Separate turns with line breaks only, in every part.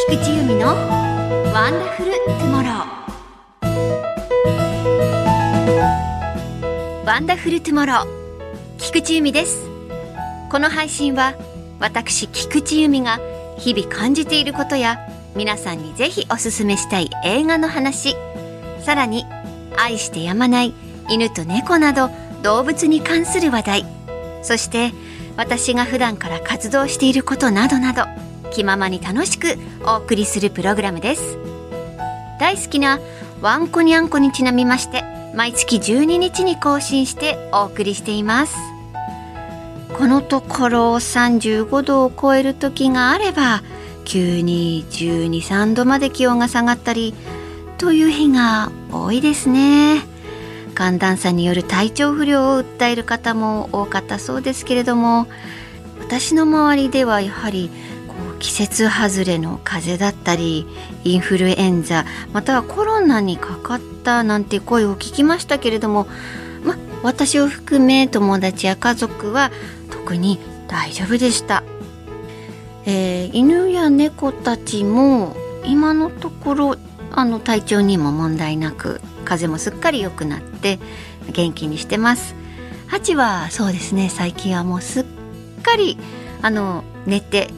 菊池由美のワンダフルトゥモロー。ワンダフルトゥモロー、菊池由美です。この配信は私菊池由美が日々感じていることや皆さんにぜひおすすめしたい映画の話、さらに愛してやまない犬と猫など動物に関する話題、そして私が普段から活動していることなどなど気ままに楽しくお送りするプログラムです。大好きなワンコニャンコにちなみまして毎月12日に更新してお送りしています。このところ35度を超える時があれば急に12、13度まで気温が下がったりという日が多いですね。寒暖差による体調不良を訴える方も多かったそうですけれども、私の周りではやはり季節外れの風邪だったりインフルエンザまたはコロナにかかったなんて声を聞きましたけれども、私を含め友達や家族は特に大丈夫でした。犬や猫たちも今のところ体調にも問題なく風邪もすっかり良くなって元気にしてます。ハチはそうですね、最近はもうすっかり寝て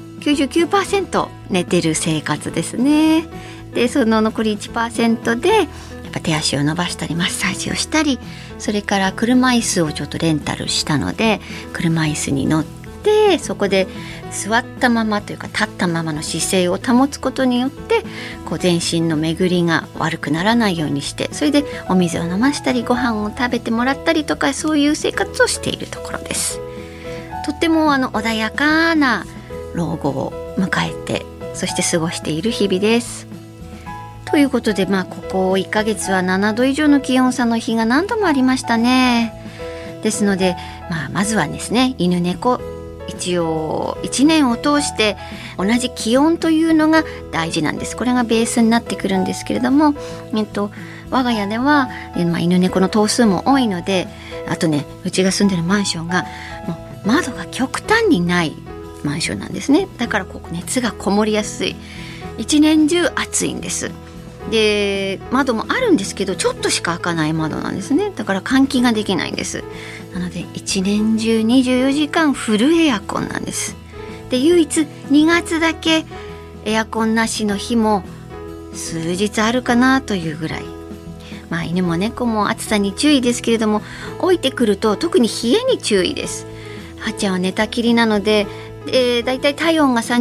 99% 寝てる生活ですね。でその残り 1% でやっぱ手足を伸ばしたりマッサージをしたり、それから車椅子をちょっとレンタルしたので車椅子に乗ってそこで座ったままというか立ったままの姿勢を保つことによって全身の巡りが悪くならないようにして、それでお水を飲ましたりご飯を食べてもらったりとか、そういう生活をしているところです。とっても穏やかな老後を迎えてそして過ごしている日々です。ということでここ1ヶ月は7度以上の気温差の日が何度もありましたね。ですので、まずはですね、犬猫一応1年を通して同じ気温というのが大事なんです。これがベースになってくるんですけれども、我が家では、犬猫の頭数も多いので、あとね、うちが住んでるマンションがもう窓が極端にないマンションなんですね。だから熱がこもりやすい、一年中暑いんです。で窓もあるんですけどちょっとしか開かない窓なんですね。だから換気ができないんです。なので一年中24時間フルエアコンなんです。で唯一2月だけエアコンなしの日も数日あるかなというぐらい、犬も猫も暑さに注意ですけれども、置いてくると特に冷えに注意です。はっちゃんは寝たきりなので、だいたい体温が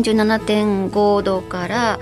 37.5 度から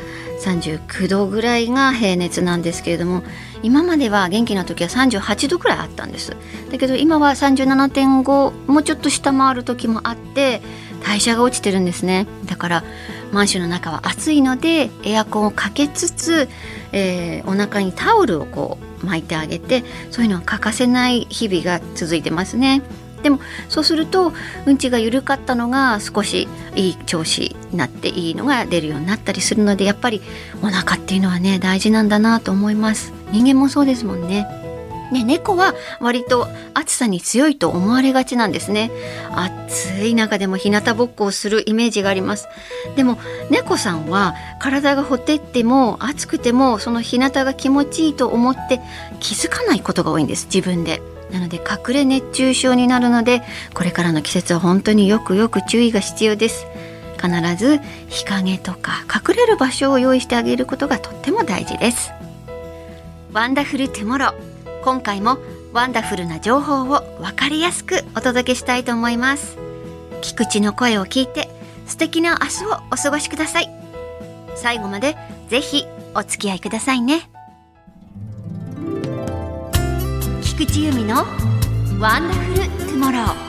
39度ぐらいが平熱なんですけれども、今までは元気な時は38度くらいあったんです。だけど今は 37.5 もうちょっと下回る時もあって代謝が落ちてるんですね。だからマンションの中は暑いのでエアコンをかけつつ、お腹にタオルを巻いてあげて、そういうのは欠かせない日々が続いてますね。でもそうするとうんちが緩かったのが少しいい調子になっていいのが出るようになったりするので、やっぱりお腹っていうのはね大事なんだなと思います。人間もそうですもんね。猫は割と暑さに強いと思われがちなんですね。暑い中でも日向ぼっこをするイメージがあります。でも猫さんは体がほてっても暑くてもその日向が気持ちいいと思って気づかないことが多いんです、自分で。なので隠れ熱中症になるので、これからの季節は本当によく注意が必要です。必ず日陰とか隠れる場所を用意してあげることがとっても大事です。ワンダフルトゥモロー、今回もワンダフルな情報を分かりやすくお届けしたいと思います。菊池の声を聞いて素敵な明日をお過ごしください。最後までぜひお付き合いくださいね。菊池由美のワンダフルトゥモロー。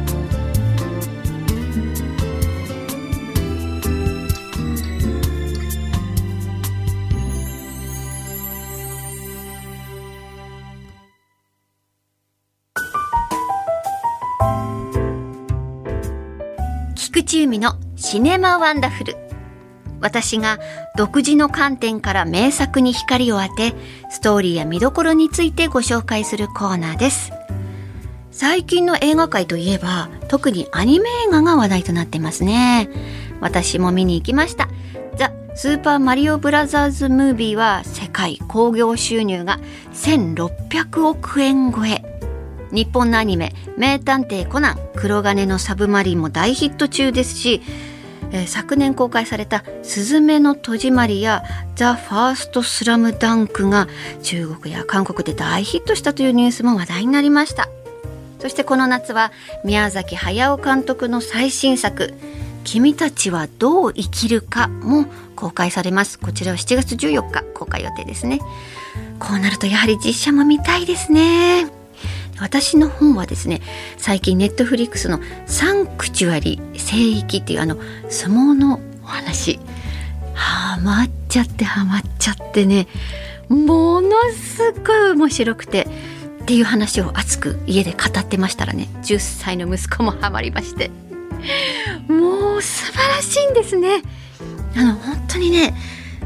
菊池由美のシネマワンダフル。私が独自の観点から名作に光を当て、ストーリーや見どころについてご紹介するコーナーです。最近の映画界といえば特にアニメ映画が話題となってますね。私も見に行きました。ザ・スーパーマリオブラザーズムービーは世界興行収入が1600億円超え。日本のアニメ名探偵コナン黒金のサブマリンも大ヒット中ですし、昨年公開されたすずめの戸締まりやザ・ファーストスラムダンクが中国や韓国で大ヒットしたというニュースも話題になりました。そしてこの夏は宮崎駿監督の最新作君たちはどう生きるかも公開されます。こちらは7月14日公開予定ですね。こうなるとやはり実写も見たいですね。私の本はですね、最近ネットフリックスのサンクチュアリ聖域っていう相撲のお話ハマっちゃってね、ものすごい面白くてっていう話を熱く家で語ってましたらね、10歳の息子もハマりまして、もう素晴らしいんですね。本当にね、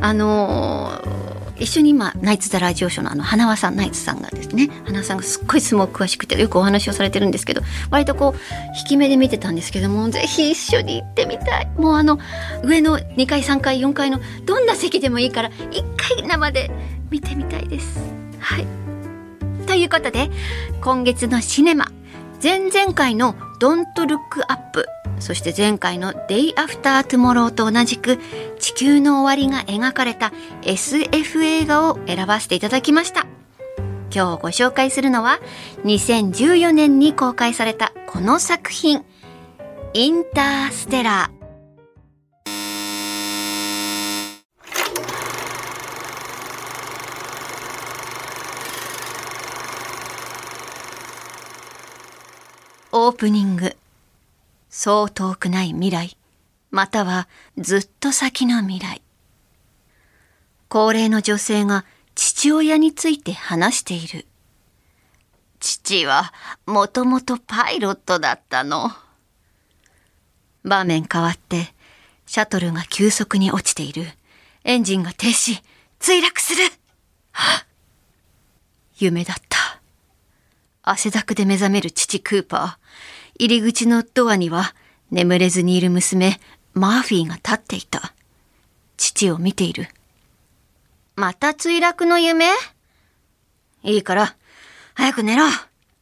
一緒に今ナイツ・ザ・ラジオショーの花輪さん、ナイツさんがですね、花輪さんがすっごい相撲詳しくてよくお話をされてるんですけど、割とこう引き目で見てたんですけども、ぜひ一緒に行ってみたい。もう上の2階3階4階のどんな席でもいいから1回生で見てみたいです。はい、ということで今月のシネマ、前々回のドントルックアップ、そして前回のデイアフタートゥモローと同じく地球の終わりが描かれた SF 映画を選ばせていただきました。今日ご紹介するのは2014年に公開されたこの作品、インターステラー。オープニング。そう遠くない未来、またはずっと先の未来。高齢の女性が父親について話している。父はもともとパイロットだったの。場面変わって、シャトルが急速に落ちている。エンジンが停止、墜落する。夢だった。汗だくで目覚める父クーパー。入り口のドアには眠れずにいる娘マーフィーが立っていた。父を見ている。また墜落の夢？いいから早く寝ろ。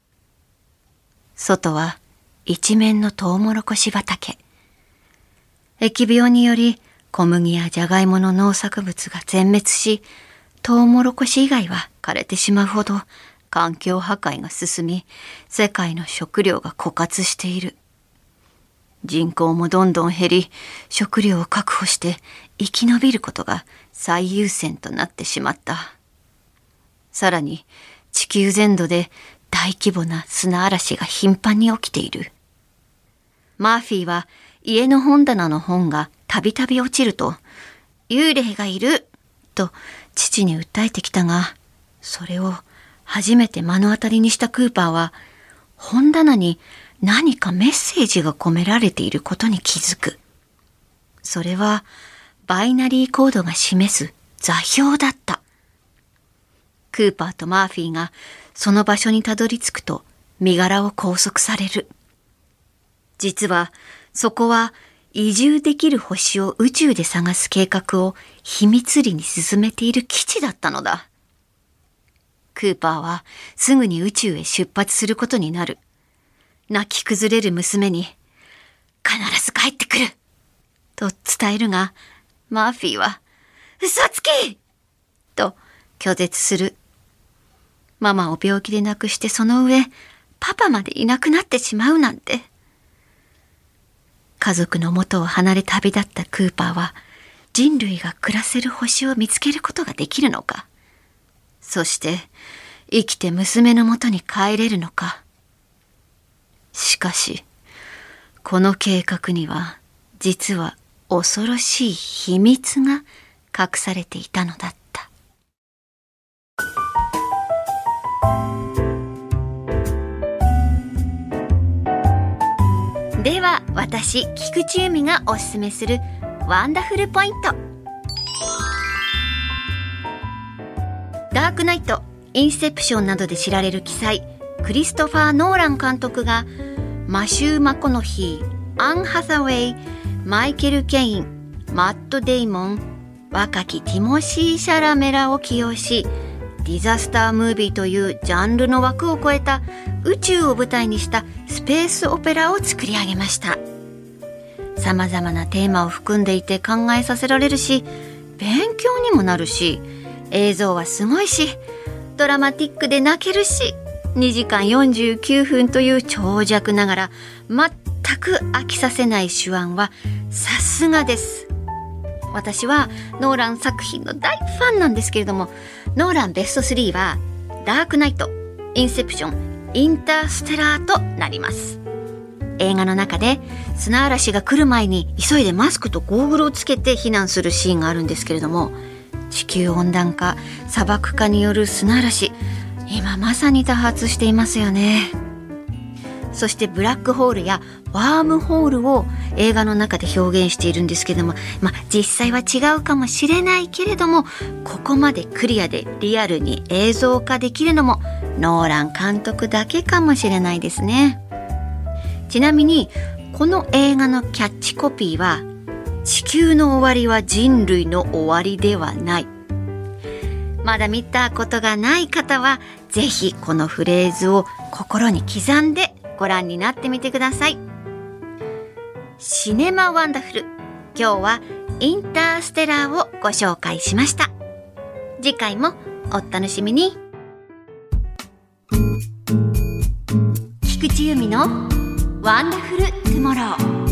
外は一面のトウモロコシ畑。疫病により小麦やジャガイモの農作物が全滅し、トウモロコシ以外は枯れてしまうほど環境破壊が進み、世界の食料が枯渇している。人口もどんどん減り、食料を確保して生き延びることが最優先となってしまった。さらに地球全土で大規模な砂嵐が頻繁に起きている。マーフィーは家の本棚の本がたびたび落ちると、幽霊がいると父に訴えてきたが、それを初めて目の当たりにしたクーパーは、本棚に何かメッセージが込められていることに気づく。それはバイナリーコードが示す座標だった。クーパーとマーフィーがその場所にたどり着くと身柄を拘束される。実はそこは移住できる星を宇宙で探す計画を秘密裏に進めている基地だったのだ。クーパーはすぐに宇宙へ出発することになる。泣き崩れる娘に、必ず帰ってくると伝えるが、マーフィーは、嘘つきと拒絶する。ママを病気で亡くしてその上、パパまでいなくなってしまうなんて。家族の元を離れ旅立ったクーパーは、人類が暮らせる星を見つけることができるのか。そして生きて娘のもとに帰れるのか。しかしこの計画には実は恐ろしい秘密が隠されていたのだった。では私菊池由美がおすすめするワンダフルポイント。ダークナイト、インセプションなどで知られる鬼才クリストファー・ノーラン監督がマシュー・マコノヒー、アン・ハサウェイ、マイケル・ケイン、マット・デイモン、 若きティモシー・シャラメラを起用し、ディザスタームービーというジャンルの枠を超えた宇宙を舞台にしたスペースオペラを作り上げました。さまざまなテーマを含んでいて考えさせられるし、勉強にもなるし、映像はすごいし、ドラマティックで泣けるし、2時間49分という長尺ながら全く飽きさせない手腕はさすがです。私はノーラン作品の大ファンなんですけれども、ノーランベスト3はダークナイト、インセプション、インターステラーとなります。映画の中で砂嵐が来る前に急いでマスクとゴーグルをつけて避難するシーンがあるんですけれども、地球温暖化、砂漠化による砂嵐、今まさに多発していますよね。そしてブラックホールやワームホールを映画の中で表現しているんですけども、実際は違うかもしれないけれども、ここまでクリアでリアルに映像化できるのもノーラン監督だけかもしれないですね。ちなみにこの映画のキャッチコピーは、地球の終わりは人類の終わりではない。まだ見たことがない方はぜひこのフレーズを心に刻んでご覧になってみてください。シネマワンダフル、今日はインターステラーをご紹介しました。次回もお楽しみに。菊池由美のワンダフルトゥモロー。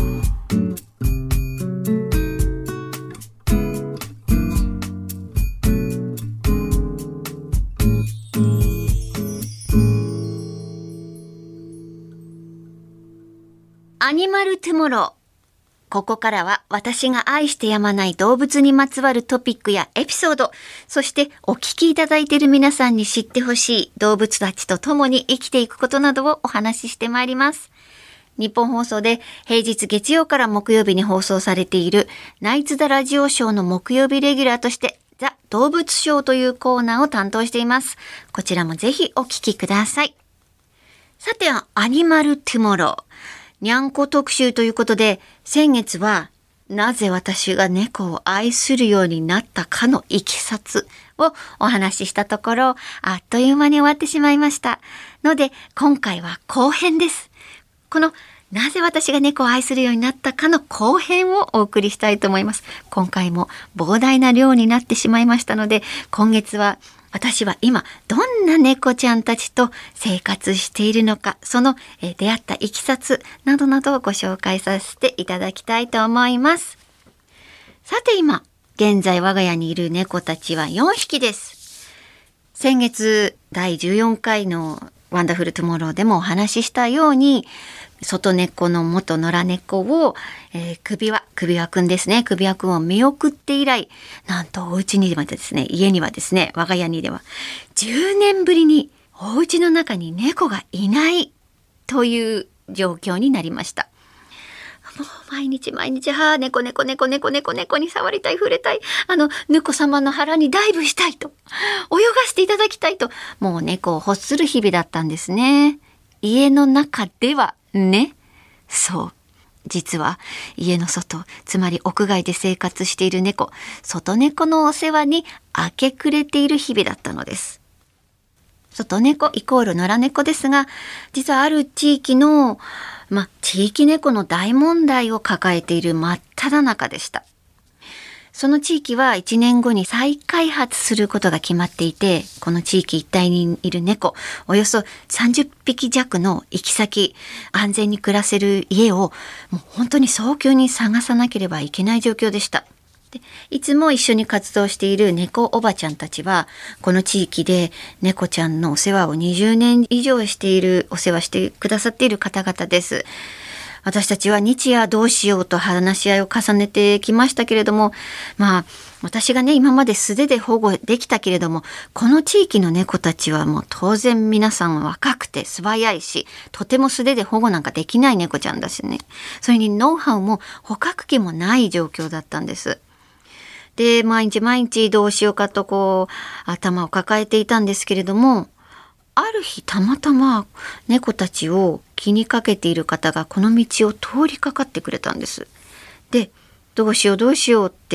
アニマルトゥモロー。ここからは私が愛してやまない動物にまつわるトピックやエピソード、そしてお聞きいただいている皆さんに知ってほしい動物たちと共に生きていくことなどをお話ししてまいります。日本放送で平日月曜から木曜日に放送されているナイツ・ザ・ラジオショーの木曜日レギュラーとしてザ・動物ショーというコーナーを担当しています。こちらもぜひお聞きください。さて、アニマルトゥモロー。にゃんこ特集ということで、先月はなぜ私が猫を愛するようになったかのいきさつをお話ししたところ、あっという間に終わってしまいましたので、今回は後編です。このなぜ私が猫を愛するようになったかの後編をお送りしたいと思います。今回も膨大な量になってしまいましたので、今月は私は今どんな猫ちゃんたちと生活しているのか、その出会ったいきさつなどなどをご紹介させていただきたいと思います。さて、今現在我が家にいる猫たちは4匹です。先月第14回のワンダフルトゥモローでもお話ししたように、外猫の元野良猫を、首輪くんですね。首輪くんを見送って以来、なんとお家にはですね、家にはですね、我が家にでは10年ぶりにお家の中に猫がいないという状況になりました。もう毎日猫に触りたい、触れたい、猫様の腹にダイブしたいと、泳がしていただきたいと、もう猫を欲する日々だったんですね。家の中ではね、そう、実は家の外、つまり屋外で生活している猫、外猫のお世話に明け暮れている日々だったのです。外猫イコール野良猫ですが、実はある地域の地域猫の大問題を抱えている真っ只中でした。その地域は1年後に再開発することが決まっていて、この地域一帯にいる猫、およそ30匹弱の行き先、安全に暮らせる家をもう本当に早急に探さなければいけない状況でした。で、いつも一緒に活動している猫おばちゃんたちは、この地域で猫ちゃんのお世話を20年以上お世話してくださっている方々です。私たちは日夜どうしようと話し合いを重ねてきましたけれども、私がね、今まで素手で保護できたけれども、この地域の猫たちはもう当然皆さん若くて素早いし、とても素手で保護なんかできない猫ちゃんだしね。それにノウハウも捕獲器もない状況だったんです。で、毎日どうしようかと頭を抱えていたんですけれども、ある日たまたま猫たちを気にかけている方がこの道を通りかかってくれたんです。で、どうしようって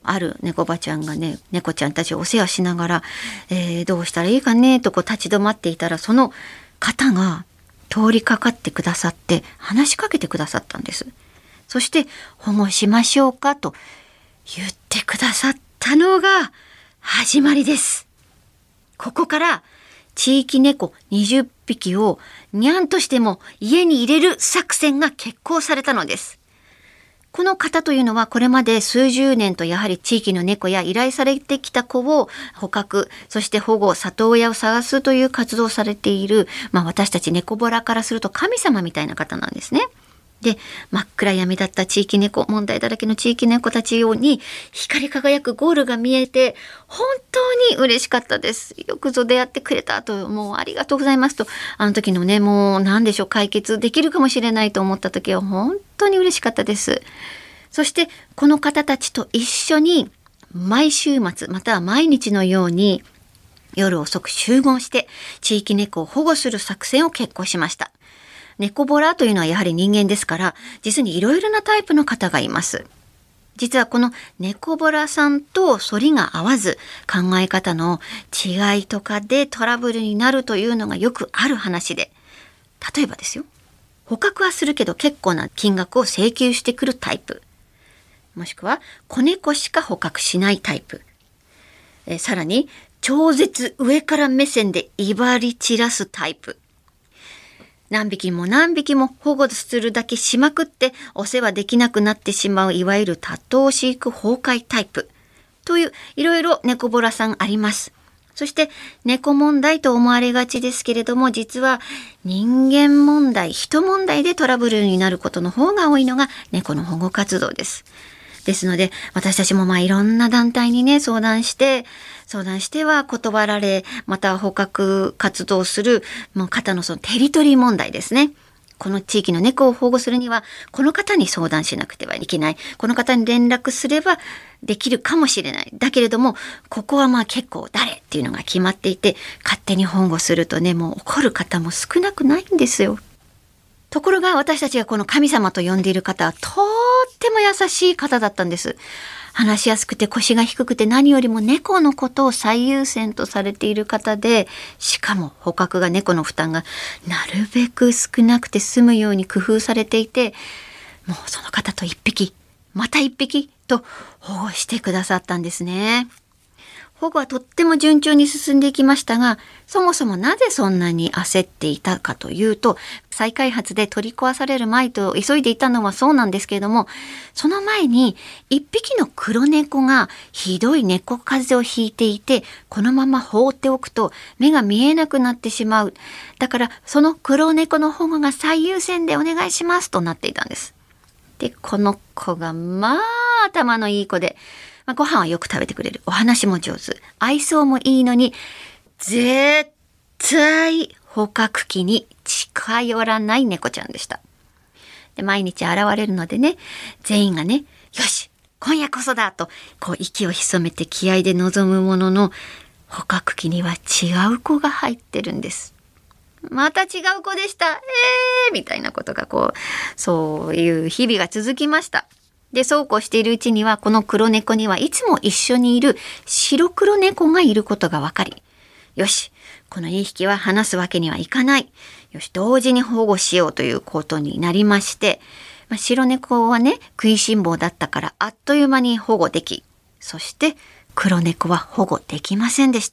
ある猫ばちゃんがね、猫ちゃんたちをお世話しながら、どうしたらいいかねとこう立ち止まっていたら、その方が通りかかってくださって話しかけてくださったんです。そして保護しましょうかと言ってくださったのが始まりです。ここから地域猫20匹をにゃんとしても家に入れる作戦が決行されたのです。この方というのはこれまで数十年とやはり地域の猫や依頼されてきた子を捕獲、そして保護、里親を探すという活動をされている、私たち猫ボラからすると神様みたいな方なんですね。で、真っ暗闇だった地域猫、問題だらけの地域猫たちに光り輝くゴールが見えて本当に嬉しかったです。よくぞ出会ってくれたと、もうありがとうございますと、あの時のね、もう何でしょう、解決できるかもしれないと思った時は本当に嬉しかったです。そしてこの方たちと一緒に毎週末または毎日のように夜遅く集合して地域猫を保護する作戦を決行しました。猫ボラというのはやはり人間ですから、実にいろいろなタイプの方がいます。実はこの猫ボラさんと反りが合わず、考え方の違いとかでトラブルになるというのがよくある話で、例えばですよ、捕獲はするけど結構な金額を請求してくるタイプ、もしくは子猫しか捕獲しないタイプ、さらに超絶上から目線で威張り散らすタイプ、何匹も何匹も保護するだけしまくってお世話できなくなってしまう、いわゆる多頭飼育崩壊タイプといういろいろ猫ボラさんあります。そして猫問題と思われがちですけれども、実は人間問題、人問題でトラブルになることの方が多いのが猫の保護活動です。ですので私たちもいろんな団体にね相談しては断られ、また捕獲活動する方のそのテリトリー問題ですね。この地域の猫を保護するにはこの方に相談しなくてはいけない、この方に連絡すればできるかもしれない、だけれどもここは結構誰っていうのが決まっていて、勝手に保護するとね、もう怒る方も少なくないんですよ。ところが私たちがこの神様と呼んでいる方はとっても優しい方だったんです。話しやすくて腰が低くて、何よりも猫のことを最優先とされている方で、しかも捕獲が猫の負担がなるべく少なくて済むように工夫されていて、もうその方と一匹また一匹と保護してくださったんですね。保護はとっても順調に進んでいきましたが、そもそもなぜそんなに焦っていたかというと、再開発で取り壊される前と急いでいたのはそうなんですけれども、その前に一匹の黒猫がひどい猫風邪をひいていて、このまま放っておくと目が見えなくなってしまう。だからその黒猫の保護が最優先でお願いしますとなっていたんです。で、この子が頭のいい子で、ご飯はよく食べてくれる、お話も上手、愛想もいいのに絶対捕獲器に近寄らない猫ちゃんでした。で、毎日現れるのでね、全員がね、よし今夜こそだと息を潜めて気合で臨むものの、捕獲器には違う子が入ってるんです。また違う子でした、みたいなことがそういう日々が続きました。で、そうこうしているうちには、この黒猫にはいつも一緒にいる白黒猫がいることが分かり、よしこの2匹は離すわけにはいかない、よし同時に保護しようということになりまして、白猫はね食いしん坊だったからあっという間に保護でき、そして黒猫は保護できませんでした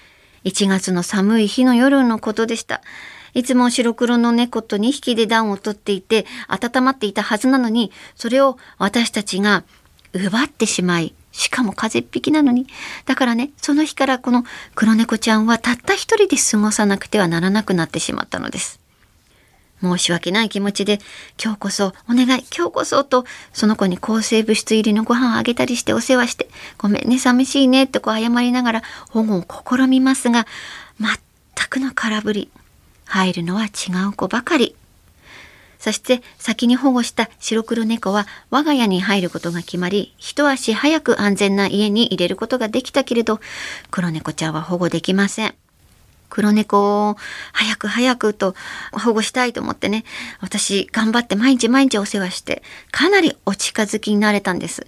。1月の寒い日の夜のことでした。いつも白黒の猫と2匹で暖をとっていて温まっていたはずなのに、それを私たちが奪ってしまい、しかも風邪っぴきなのに、だからね、その日からこの黒猫ちゃんはたった一人で過ごさなくてはならなくなってしまったのです。申し訳ない気持ちで、今日こそお願い、今日こそとその子に抗生物質入りのご飯をあげたりしてお世話して、ごめんね寂しいねって謝りながら保護を試みますが、全くの空振り。入るのは違う子ばかり。そして先に保護した白黒猫は我が家に入ることが決まり、一足早く安全な家に入れることができたけれど、黒猫ちゃんは保護できません。黒猫を早くと保護したいと思ってね、私頑張って毎日お世話して、かなりお近づきになれたんです。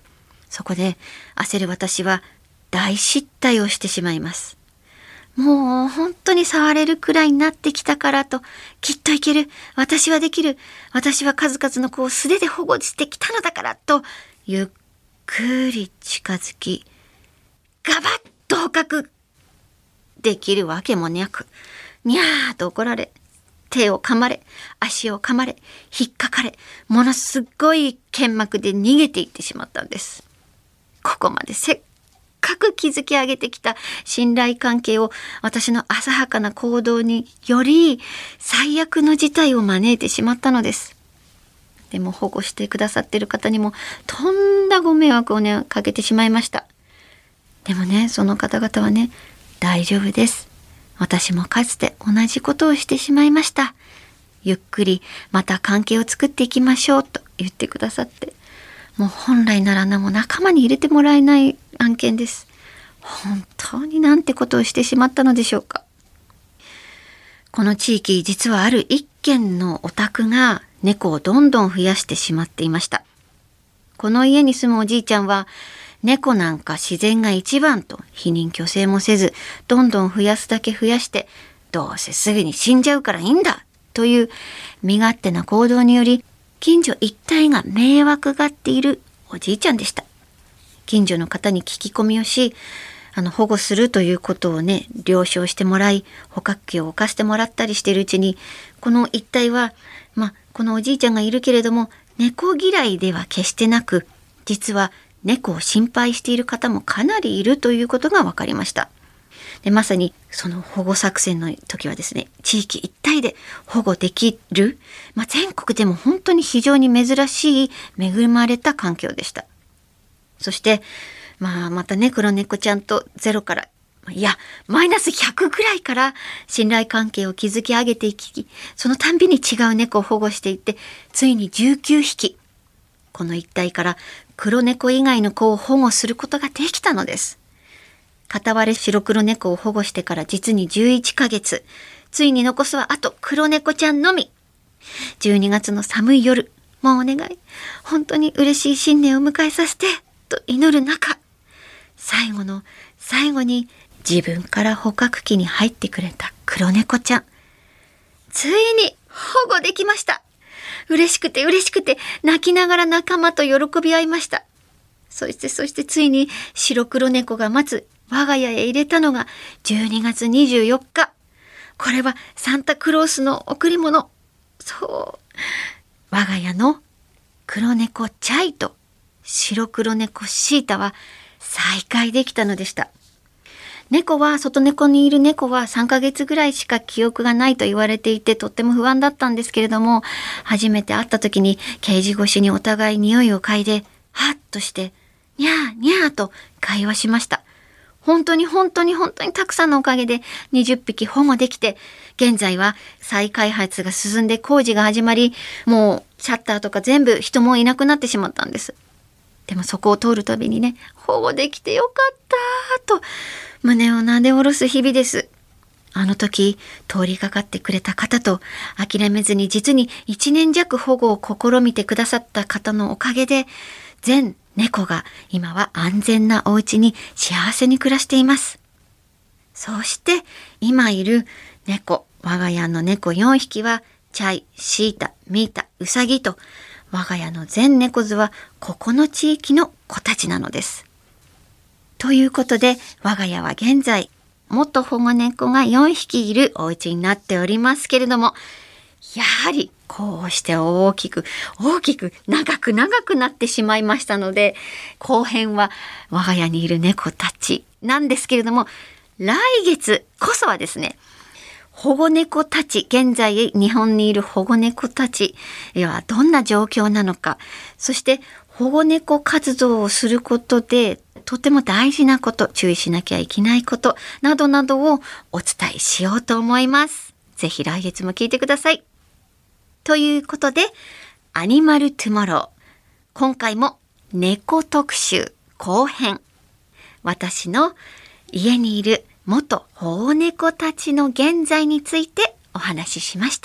そこで焦る私は大失態をしてしまいます。もう本当に触れるくらいになってきたからと、きっといける、私はできる、私は数々の子を素手で保護してきたのだからと、ゆっくり近づき、ガバッと捕獲できるわけもなく、にゃーと怒られ、手を噛まれ、足を噛まれ、引っかかれ、ものすごい剣幕で逃げていってしまったんです。ここまでせっかく築き上げてきた信頼関係を私の浅はかな行動により最悪の事態を招いてしまったのです。でも保護してくださっている方にもとんだご迷惑をねかけてしまいました。でもね、その方々はね、大丈夫です。私もかつて同じことをしてしまいました。ゆっくりまた関係を作っていきましょうと言ってくださって、もう本来ならもう仲間に入れてもらえない案件です。本当になんてことをしてしまったのでしょうか。この地域、実はある一軒のお宅が猫をどんどん増やしてしまっていました。この家に住むおじいちゃんは、猫なんか自然が一番と否認虚勢もせず、どんどん増やすだけ増やして、どうせすぐに死んじゃうからいいんだという身勝手な行動により、近所一帯が迷惑がっているおじいちゃんでした。近所の方に聞き込みをし、保護するということをね、了承してもらい、捕獲器を置かせてもらったりしているうちに、この一帯は、このおじいちゃんがいるけれども、猫嫌いでは決してなく、実は猫を心配している方もかなりいるということが分かりました。で、まさにその保護作戦の時はですね、地域一帯で保護できる、全国でも本当に非常に珍しい恵まれた環境でした。そしてまたね、黒猫ちゃんと0から、いやマイナス100ぐらいから信頼関係を築き上げていき、そのたんびに違う猫を保護していって、ついに19匹、この一帯から黒猫以外の子を保護することができたのです。片割れ白黒猫を保護してから実に11ヶ月、ついに残すはあと黒猫ちゃんのみ。12月の寒い夜、もうお願い、本当に嬉しい新年を迎えさせてと祈る中、最後の最後に自分から捕獲器に入ってくれた黒猫ちゃん、ついに保護できました。嬉しくて泣きながら仲間と喜び合いました。そしてついに白黒猫が待つ我が家へ入れたのが12月24日。これはサンタクロースの贈り物。そう。我が家の黒猫チャイと白黒猫シータは再会できたのでした。外猫にいる猫は3ヶ月ぐらいしか記憶がないと言われていて、とっても不安だったんですけれども、初めて会った時にケージ越しにお互い匂いを嗅いで、はっとして、にゃーにゃーと会話しました。本当にたくさんのおかげで20匹保護できて、現在は再開発が進んで工事が始まり、もうシャッターとか全部人もいなくなってしまったんです。でもそこを通るたびにね、保護できてよかったと胸をなで下ろす日々です。あの時通りかかってくれた方と、諦めずに実に1年弱保護を試みてくださった方のおかげで、全猫が今は安全なお家に幸せに暮らしています。そして今いる猫、我が家の猫4匹はチャイ、シータ、ミータ、ウサギと、我が家の全猫図はここの地域の子たちなのです。ということで、我が家は現在元保護猫が4匹いるお家になっておりますけれども、やはりこうして大きく長くなってしまいましたので、後編は我が家にいる猫たちなんですけれども、来月こそはですね、保護猫たち、現在日本にいる保護猫たちはどんな状況なのか、そして保護猫活動をすることでとても大事なこと、注意しなきゃいけないことなどなどをお伝えしようと思います。ぜひ来月も聞いてください。ということで、アニマルトゥモロー、今回も猫特集後編、私の家にいる元保護猫たちの現在についてお話ししました。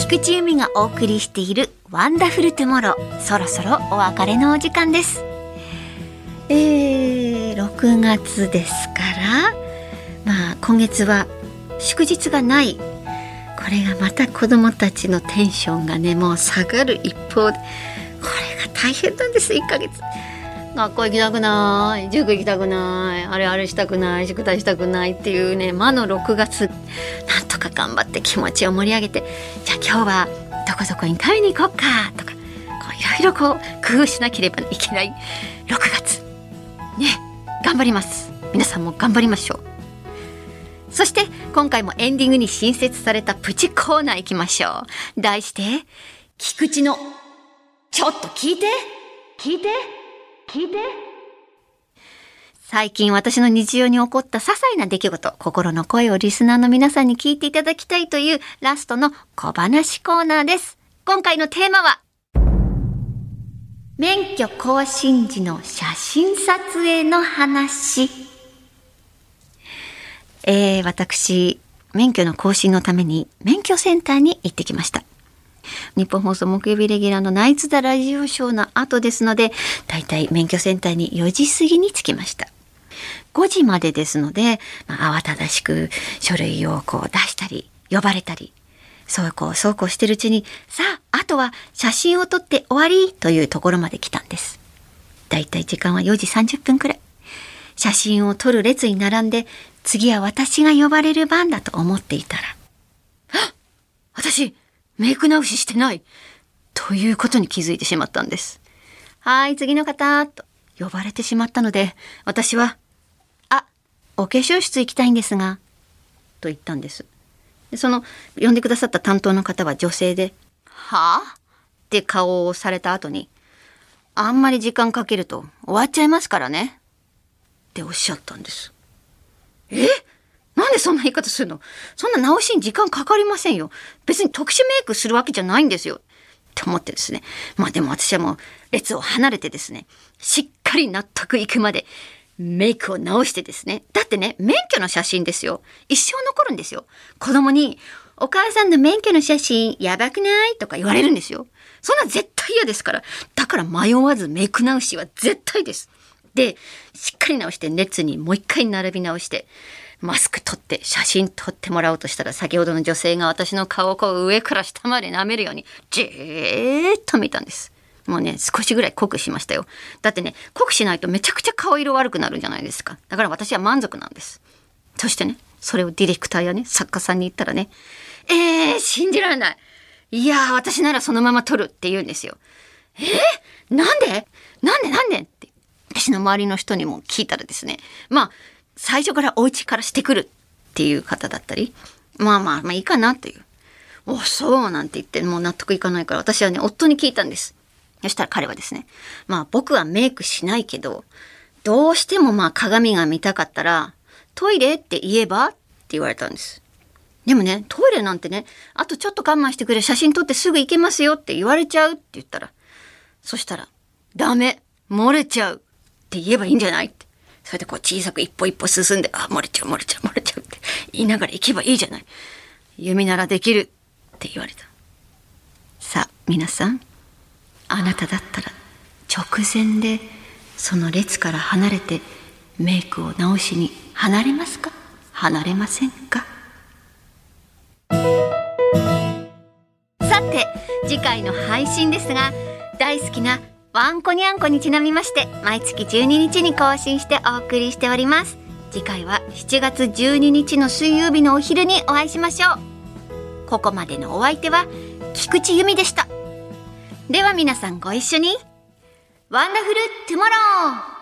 菊池由美がお送りしているワンダフルトゥモロー、そろそろお別れのお時間です。6月ですから、今月は祝日がない。これがまた子どもたちのテンションがねもう下がる一方で、これが大変なんです。1ヶ月学校行きたくない、塾行きたくない、あれしたくない、宿題したくないっていうね魔の6月、なんとか頑張って気持ちを盛り上げて、じゃあ今日はどこどこに食べに行こうかとか、いろいろ工夫しなければいけない6月ね、頑張ります。皆さんも頑張りましょう。そして今回もエンディングに新設されたプチコーナー行きましょう。題して菊池のちょっと聞いて。最近私の日常に起こった些細な出来事、心の声をリスナーの皆さんに聞いていただきたいというラストの小話コーナーです。今回のテーマは免許更新時の写真撮影の話。私免許の更新のために免許センターに行ってきました。日本放送木曜日レギュラーのナイツザラジオショーの後ですので、だいたい免許センターに4時過ぎに着きました。5時までですので、慌ただしく書類を出したり呼ばれたり、そうこうしてるうちに、さああとは写真を撮って終わりというところまで来たんです。だいたい時間は4時30分くらい。写真を撮る列に並んで、次は私が呼ばれる番だと思っていたら、私メイク直ししてないということに気づいてしまったんです。はい、次の方と呼ばれてしまったので、私はお化粧室行きたいんですがと言ったんです。でその呼んでくださった担当の方は女性で、はぁって顔をされた後に、あんまり時間かけると終わっちゃいますからねっておっしゃったんです。なんでそんな言い方するの？そんな直しに時間かかりませんよ。別に特殊メイクするわけじゃないんですよって思ってですね。でも私はもう列を離れてですね、しっかり納得いくまでメイクを直してですね。だってね、免許の写真ですよ。一生残るんですよ。子供にお母さんの免許の写真やばくないとか言われるんですよ。そんな絶対嫌ですから。だから迷わずメイク直しは絶対です。で、しっかり直して列にもう一回並び直して、マスク取って写真撮ってもらおうとしたら、先ほどの女性が私の顔を上から下まで舐めるようにじーっと見たんです。もうね、少しぐらい濃くしましたよ。だってね、濃くしないとめちゃくちゃ顔色悪くなるんじゃないですか。だから私は満足なんです。そしてね、それをディレクターやね、作家さんに言ったらね、信じられない。いやー、私ならそのまま撮るって言うんですよ。なんでって私の周りの人にも聞いたらですね、最初からお家からしてくるっていう方だったり、いいかなという、そうなんて言ってもう納得いかないから、私はね夫に聞いたんです。そしたら彼はですね、僕はメイクしないけど、どうしても鏡が見たかったらトイレって言えばって言われたんです。でもね、トイレなんてね、あとちょっと我慢してくれ、写真撮ってすぐ行けますよって言われちゃうって言ったら、そしたらダメ、漏れちゃうって言えばいいんじゃないって、それで小さく一歩一歩進んで、漏れちゃうって言いながら行けばいいじゃない、由美ならできるって言われた。さあ皆さん、あなただったら直前でその列から離れてメイクを直しに離れますか、離れませんか？さて次回の配信ですが、大好きなワンコニャンコにちなみまして、毎月12日に更新してお送りしております。次回は7月12日の水曜日のお昼にお会いしましょう。ここまでのお相手は菊池由美でした。では皆さんご一緒に、ワンダフルトゥモロー。